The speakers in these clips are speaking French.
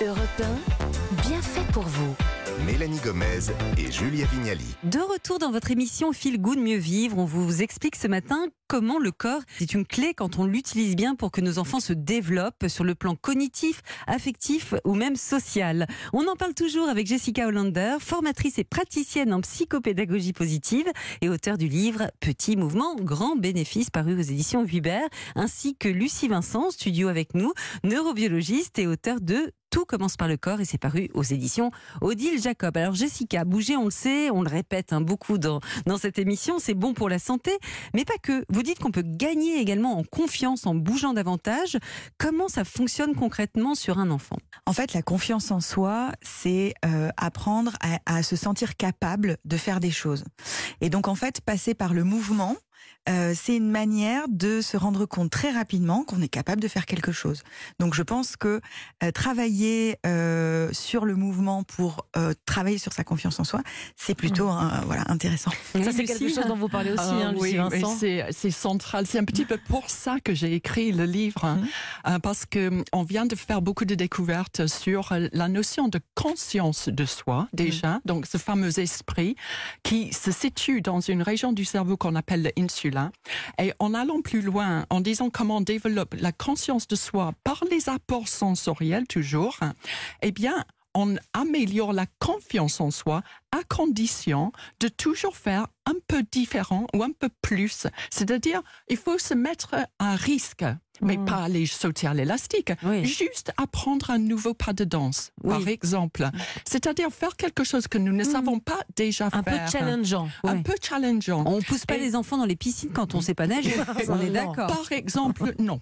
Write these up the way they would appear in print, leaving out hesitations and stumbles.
Europe 1, bien fait pour vous. Mélanie Gomez et Julia Vignali. De retour dans votre émission Feel Good Mieux Vivre, on vous explique ce matin comment le corps est une clé quand on l'utilise bien pour que nos enfants se développent sur le plan cognitif, affectif ou même social. On en parle toujours avec Jessica Hollander, formatrice et praticienne en psychopédagogie positive et auteure du livre Petit mouvement, grand bénéfice, paru aux éditions Vuibert, ainsi que Lucie Vincent, studio avec nous, neurobiologiste et auteure de Tout commence par le corps, et c'est paru aux éditions Odile Jacob. Alors Jessica, bouger, on le sait, on le répète beaucoup dans cette émission, c'est bon pour la santé, mais pas que. Vous dites qu'on peut gagner également en confiance en bougeant davantage. Comment ça fonctionne concrètement sur un enfant ? En fait, la confiance en soi, c'est apprendre à se sentir capable de faire des choses. Et donc, en fait, passer par le mouvement, c'est une manière de se rendre compte très rapidement qu'on est capable de faire quelque chose. Donc je pense que travailler sur le mouvement pour travailler sur sa confiance en soi, c'est plutôt intéressant. Ça, c'est quelque chose dont vous parlez aussi, Lucie Vincent. C'est central. C'est un petit peu pour ça que j'ai écrit le livre, parce qu'on vient de faire beaucoup de découvertes sur la notion de conscience de soi, déjà, donc ce fameux esprit qui se situe dans une région du cerveau qu'on appelle le insula. Et en allant plus loin, en disant comment on développe la conscience de soi par les apports sensoriels toujours, eh bien, on améliore la confiance en soi à condition de toujours faire un peu différent ou un peu plus. C'est-à-dire, il faut se mettre à risque, mais pas aller sauter à l'élastique. Oui. Juste apprendre un nouveau pas de danse, par exemple. C'est-à-dire faire quelque chose que nous ne savons pas déjà Un faire. peu challengeant. Un peu challengeant. On ne pousse pas les enfants dans les piscines quand on ne sait pas nager. On est d'accord. Par exemple, non.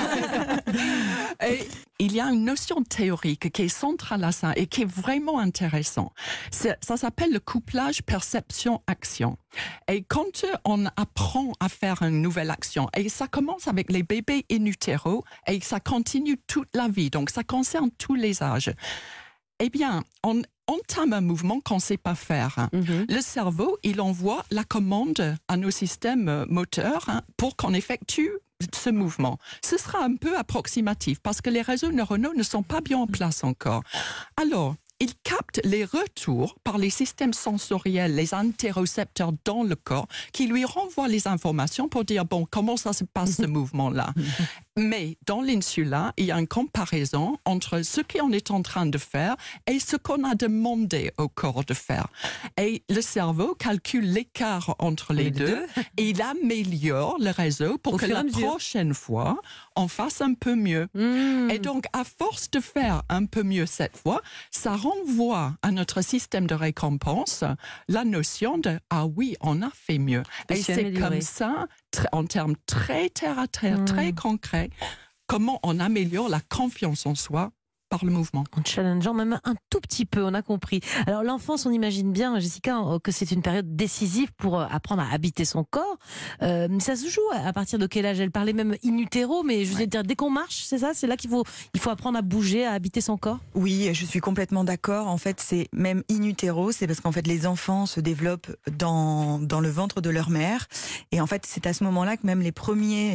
Et il y a une notion théorique qui est centrale à ça et qui est vraiment intéressante. Ça s'appelle le couplage perception-action. Et quand on apprend à faire une nouvelle action, et ça commence avec les bébés in utero et ça continue toute la vie, donc ça concerne tous les âges, eh bien, on entame un mouvement qu'on ne sait pas faire. Le cerveau, il envoie la commande à nos systèmes moteurs pour qu'on effectue ce mouvement. Ce sera un peu approximatif parce que les réseaux neuronaux ne sont pas bien en place encore. Alors, il capte les retours par les systèmes sensoriels, les interocepteurs dans le corps, qui lui renvoient les informations pour dire, bon, comment ça se passe ce mouvement-là ? Mais dans l'insula, il y a une comparaison entre ce qu'on est en train de faire et ce qu'on a demandé au corps de faire. Et le cerveau calcule l'écart entre les deux et il améliore le réseau pour que la prochaine fois, on fasse un peu mieux. Et donc, à force de faire un peu mieux cette fois, ça renvoie à notre système de récompense la notion de « ah oui, on a fait mieux ». Et c'est comme ça, en termes très terre-à-terre, très concrets, comment on améliore la confiance en soi par le mouvement. En challengeant même un tout petit peu, on a compris. Alors l'enfance, on imagine bien, Jessica, que c'est une période décisive pour apprendre à habiter son corps. Ça se joue à partir de quel âge ? Elle parlait même in utero, mais je veux dire, dès qu'on marche, c'est ça ? C'est là qu'il faut apprendre à bouger, à habiter son corps ? Oui, je suis complètement d'accord. En fait, c'est même in utero, c'est parce qu'en fait, les enfants se développent dans le ventre de leur mère. Et en fait, c'est à ce moment-là que même les premiers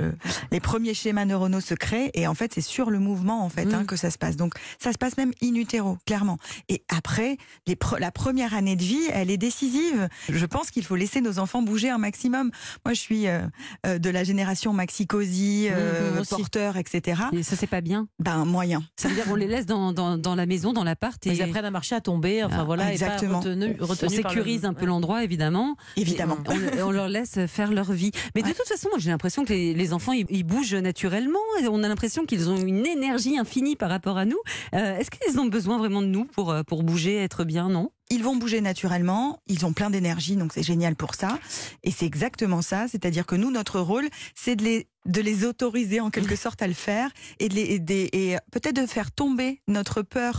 schémas neuronaux se créent. Et en fait, c'est sur le mouvement, en fait, que ça se passe. Donc, ça se passe même in utero, clairement. Et après, la première année de vie, elle est décisive. Je pense qu'il faut laisser nos enfants bouger un maximum. Moi, je suis de la génération maxi-cosy, porteur, etc. Et ça, c'est pas bien. Ben, moyen. Ça veut dire qu'on les laisse dans la maison, dans l'appart. Et ils apprennent à marcher, à tomber, exactement. Et pas on sécurise un peu l'endroit, évidemment. Évidemment. Et on leur laisse faire leur vie. Mais de toute façon, moi, j'ai l'impression que les enfants, ils bougent naturellement. On a l'impression qu'ils ont une énergie infinie par rapport à nous. Est-ce qu'ils ont besoin vraiment de nous pour bouger, être bien, non ? Ils vont bouger naturellement, ils ont plein d'énergie, donc c'est génial pour ça. Et c'est exactement ça, c'est-à-dire que nous, notre rôle, c'est de les autoriser en quelque sorte à le faire et peut-être de faire tomber notre peur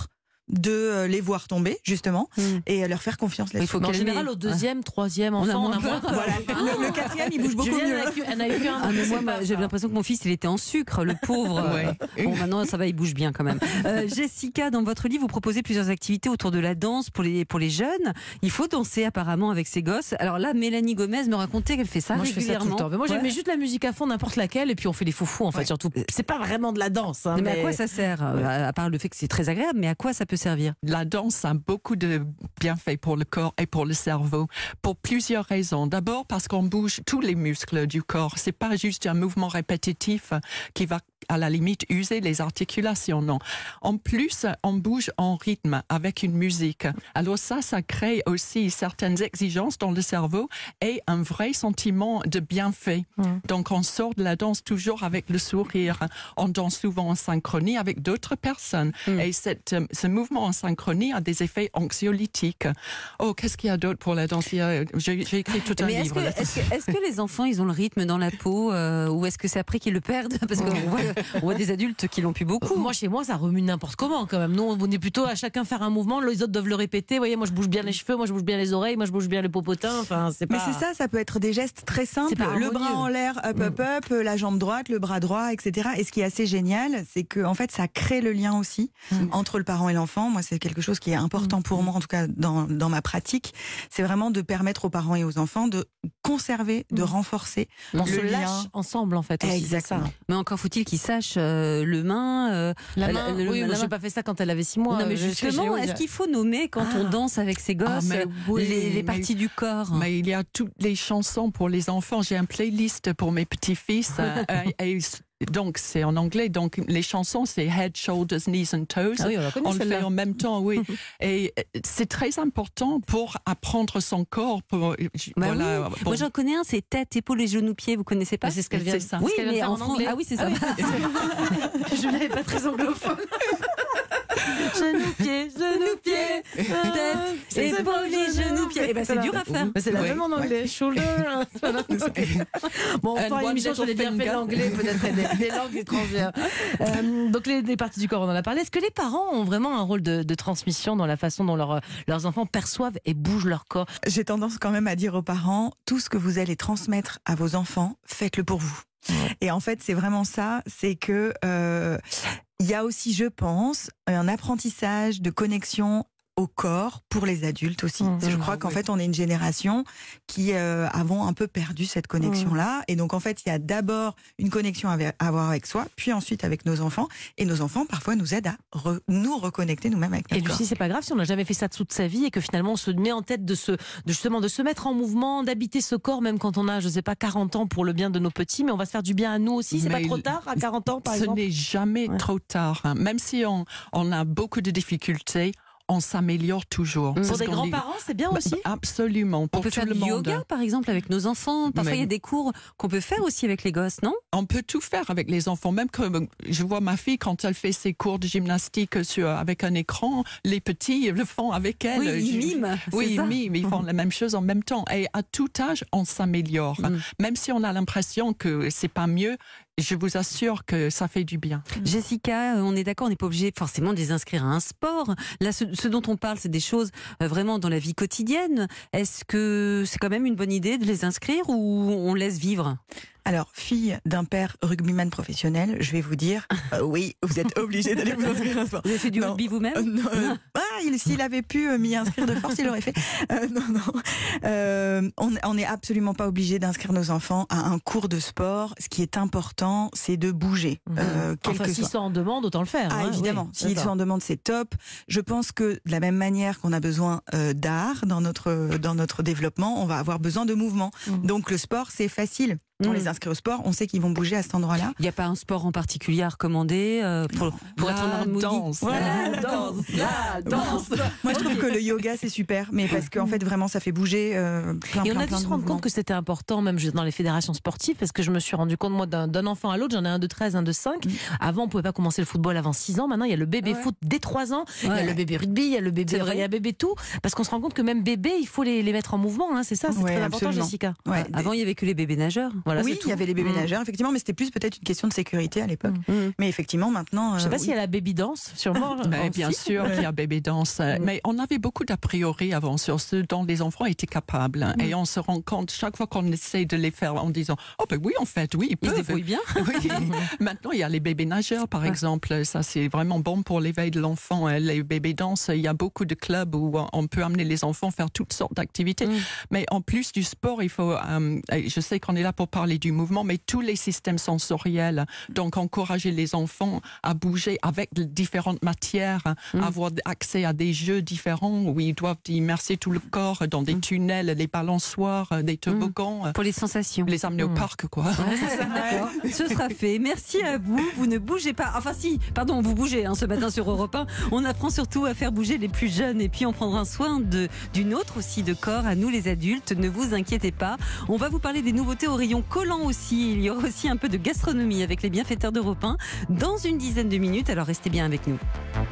de les voir tomber, justement, et leur faire confiance là-dessus. Il faut En général, au deuxième, troisième enfant, on a moins peur. Voilà. Le quatrième, il bouge beaucoup mieux. Elle n'a eu qu'un. Ah, mais moi, j'avais l'impression que mon fils, il était en sucre, le pauvre. Bon, maintenant, ça va, il bouge bien quand même. Jessica, dans votre livre, vous proposez plusieurs activités autour de la danse pour les jeunes. Il faut danser apparemment avec ses gosses. Alors là, Mélanie Gomez me racontait qu'elle fait ça Moi, je fais ça tout le régulièrement. temps. Mais moi, je mets juste la musique à fond, n'importe laquelle, et puis on fait des foufous, en fait, surtout. C'est pas vraiment de la danse. Hein, Mais à quoi ça sert à part le fait que c'est très agréable, mais à quoi ça peut servir? La danse a beaucoup de bienfaits pour le corps et pour le cerveau, pour plusieurs raisons. D'abord parce qu'on bouge tous les muscles du corps. C'est pas juste un mouvement répétitif qui va à la limite user les articulations, non. En plus, on bouge en rythme avec une musique. Alors ça crée aussi certaines exigences dans le cerveau et un vrai sentiment de bienfait. Donc on sort de la danse toujours avec le sourire. On danse souvent en synchronie avec d'autres personnes. Et ce mouvement en synchronie a des effets anxiolytiques. Oh, qu'est-ce qu'il y a d'autre pour la danse? J'ai écrit tout un livre. Est-ce que les enfants, ils ont le rythme dans la peau ou est-ce que c'est après qu'ils le perdent? Parce qu'on voit des adultes qui l'ont plus beaucoup. Moi, chez moi, ça remue n'importe comment quand même. Nous, on est plutôt à chacun faire un mouvement, les autres doivent le répéter. Vous voyez, moi, je bouge bien les cheveux, moi, je bouge bien les oreilles, moi, je bouge bien le popotin. Enfin, c'est pas... Mais c'est ça, ça peut être des gestes très simples. pas Le bras harmonieux. en l'air, up, la jambe droite, le bras droit, etc. Et ce qui est assez génial, c'est que en fait, ça crée le lien aussi entre le parent et l'enfant. Moi, c'est quelque chose qui est important pour moi, en tout cas dans ma pratique. C'est vraiment de permettre aux parents et aux enfants de conserver, de renforcer On le se lien. lâche ensemble, en fait. Aussi, Exactement. c'est ça. Mais encore faut-il qu'ils sachent le main. La main, oui, la moi, main. j'ai pas fait ça quand elle avait 6 mois. Non, mais justement, est-ce qu'il faut nommer quand on danse avec ses gosses mais oui, les mais- parties du corps? Mais il y a toutes les chansons pour les enfants. J'ai un playlist pour mes petits-fils. Et donc, c'est en anglais. Donc, les chansons, c'est Head, Shoulders, Knees and Toes. Ah oui, on la connaît, On le celle-là. fait en même temps, oui. Et c'est très important pour apprendre son corps. Pour, Bah voilà, oui. pour- Moi j'en connais un, c'est tête, épaules et genoux, pieds. Vous connaissez pas? C'est ce qu'elle vient, C'est ça. Oui, ce qu'elle vient de mais faire en en France. anglais. Ah oui, c'est ça. Je n'avais pas très anglophone. Genoux, pieds, Tête, épaules et genoux, pieds. Eh ben, c'est dur à faire. Mais c'est la Ouais. même en anglais. Shoulder. Bon, And enfin, one l'émission, je l'ai bien little fait finger. l'anglais, peut-être des langues étrangères. Donc, les parties du corps, on en a parlé. Est-ce que les parents ont vraiment un rôle de transmission dans la façon dont leurs enfants perçoivent et bougent leur corps? J'ai tendance quand même à dire aux parents, tout ce que vous allez transmettre à vos enfants, faites-le pour vous. Et en fait, c'est vraiment ça, c'est que il y a aussi, je pense, un apprentissage de connexion au corps pour les adultes aussi. Je crois qu'en fait, on est une génération qui avons un peu perdu cette connexion-là. Et donc, en fait, il y a d'abord une connexion à avoir avec soi, puis ensuite avec nos enfants. Et nos enfants, parfois, nous aident à nous reconnecter nous-mêmes avec Et notre corps. Lucie, c'est pas grave si on n'a jamais fait ça toute sa vie et que finalement on se met en tête de se mettre en mouvement, d'habiter ce corps même quand on a, je sais pas, 40 ans pour le bien de nos petits, mais on va se faire du bien à nous aussi. C'est pas Mais trop tard à 40 ans par Ce exemple? n'est jamais trop tard. Hein. Même si on a beaucoup de difficultés, on s'améliore toujours. Pour Parce des qu'on dit- grands-parents, c'est bien aussi. Absolument. On Pour peut tout faire le du monde. yoga, par exemple, avec nos enfants. Parfois, il y a des cours qu'on peut faire aussi avec les gosses, non? On peut tout faire avec les enfants. Même que je vois ma fille, quand elle fait ses cours de gymnastique avec un écran, les petits le font avec elle. Oui, ils miment. Oui, c'est ils ça. miment, ils font la même chose en même temps. Et à tout âge, on s'améliore. Même si on a l'impression que c'est pas mieux, je vous assure que ça fait du bien. Jessica, on est d'accord, on n'est pas obligé forcément de les inscrire à un sport. Là, ce dont on parle, c'est des choses vraiment dans la vie quotidienne. Est-ce que c'est quand même une bonne idée de les inscrire ou on laisse vivre? Alors, fille d'un père rugbyman professionnel, je vais vous dire, oui, vous êtes obligé d'aller vous inscrire à un sport. Vous avez fait du Non. rugby vous-même? S'il avait pu m'y inscrire de force, il l'aurait fait. On n'est absolument pas obligé d'inscrire nos enfants à un cours de sport. Ce qui est important, c'est de bouger. Quel Enfin, que s'ils soit. sont en demande, autant le faire. Ah, hein, évidemment. oui, S'ils d'accord. sont en demande, c'est top. Je pense que de la même manière qu'on a besoin d'art dans notre développement, on va avoir besoin de mouvement. Donc le sport, c'est facile. On les inscrit au sport, on sait qu'ils vont bouger à cet endroit-là. Il n'y a pas un sport en particulier à recommander pour être en La harmonie? danse. La danse. La danse. Moi, je trouve que le yoga, c'est super, mais parce qu'en fait, vraiment, ça fait bouger plein Et on a dû de se rendre mouvements. compte que c'était important, même dans les fédérations sportives, parce que je me suis rendu compte, moi, d'un enfant à l'autre, j'en ai un de 13, un de 5. Avant, on pouvait pas commencer le football avant 6 ans. Maintenant, il y a le bébé foot dès 3 ans. Il y a le bébé rugby, il y a le bébé, C'est vrai. il y a bébé tout. Parce qu'on se rend compte que même bébé, il faut les mettre en mouvement. Hein, c'est ça, c'est Ouais, très important, absolument. Jessica. Ouais, Avant, il n'y avait que les bébés nageurs. Voilà, oui, c'est tout. il y avait les bébés nageurs, effectivement, mais c'était plus peut-être une question de sécurité à l'époque. Mais effectivement, maintenant. Je sais pas oui. s'il y a la baby dance, sûrement. Mais bien aussi. sûr qu'il y a bébé danse, mais on avait beaucoup d'a priori avant sur ce dont les enfants étaient capables. Et on se rend compte chaque fois qu'on essaie de les faire en disant « Oh ben oui, en fait, oui, ils Ils se peuvent. » débrouillent bien. Oui. Maintenant, il y a les bébés nageurs, par exemple. Ça, c'est vraiment bon pour l'éveil de l'enfant. Les bébés danses, il y a beaucoup de clubs où on peut amener les enfants faire toutes sortes d'activités. Mais en plus du sport, il faut... je sais qu'on est là pour parler du mouvement, mais tous les systèmes sensoriels. Donc, encourager les enfants à bouger avec différentes matières, avoir accès à des jeux différents où ils doivent immerser tout le corps dans des tunnels, des balançoires, des toboggans. Pour les sensations. Les amener au parc, quoi. D'accord, ce sera fait. Merci à vous. Vous ne bougez pas. Enfin si, pardon, vous bougez ce matin sur Europe 1. On apprend surtout à faire bouger les plus jeunes et puis on prendra soin d'une autre aussi de corps, à nous les adultes. Ne vous inquiétez pas. On va vous parler des nouveautés au rayon collant aussi. Il y aura aussi un peu de gastronomie avec les bienfaiteurs d'Europe 1 dans une dizaine de minutes. Alors restez bien avec nous.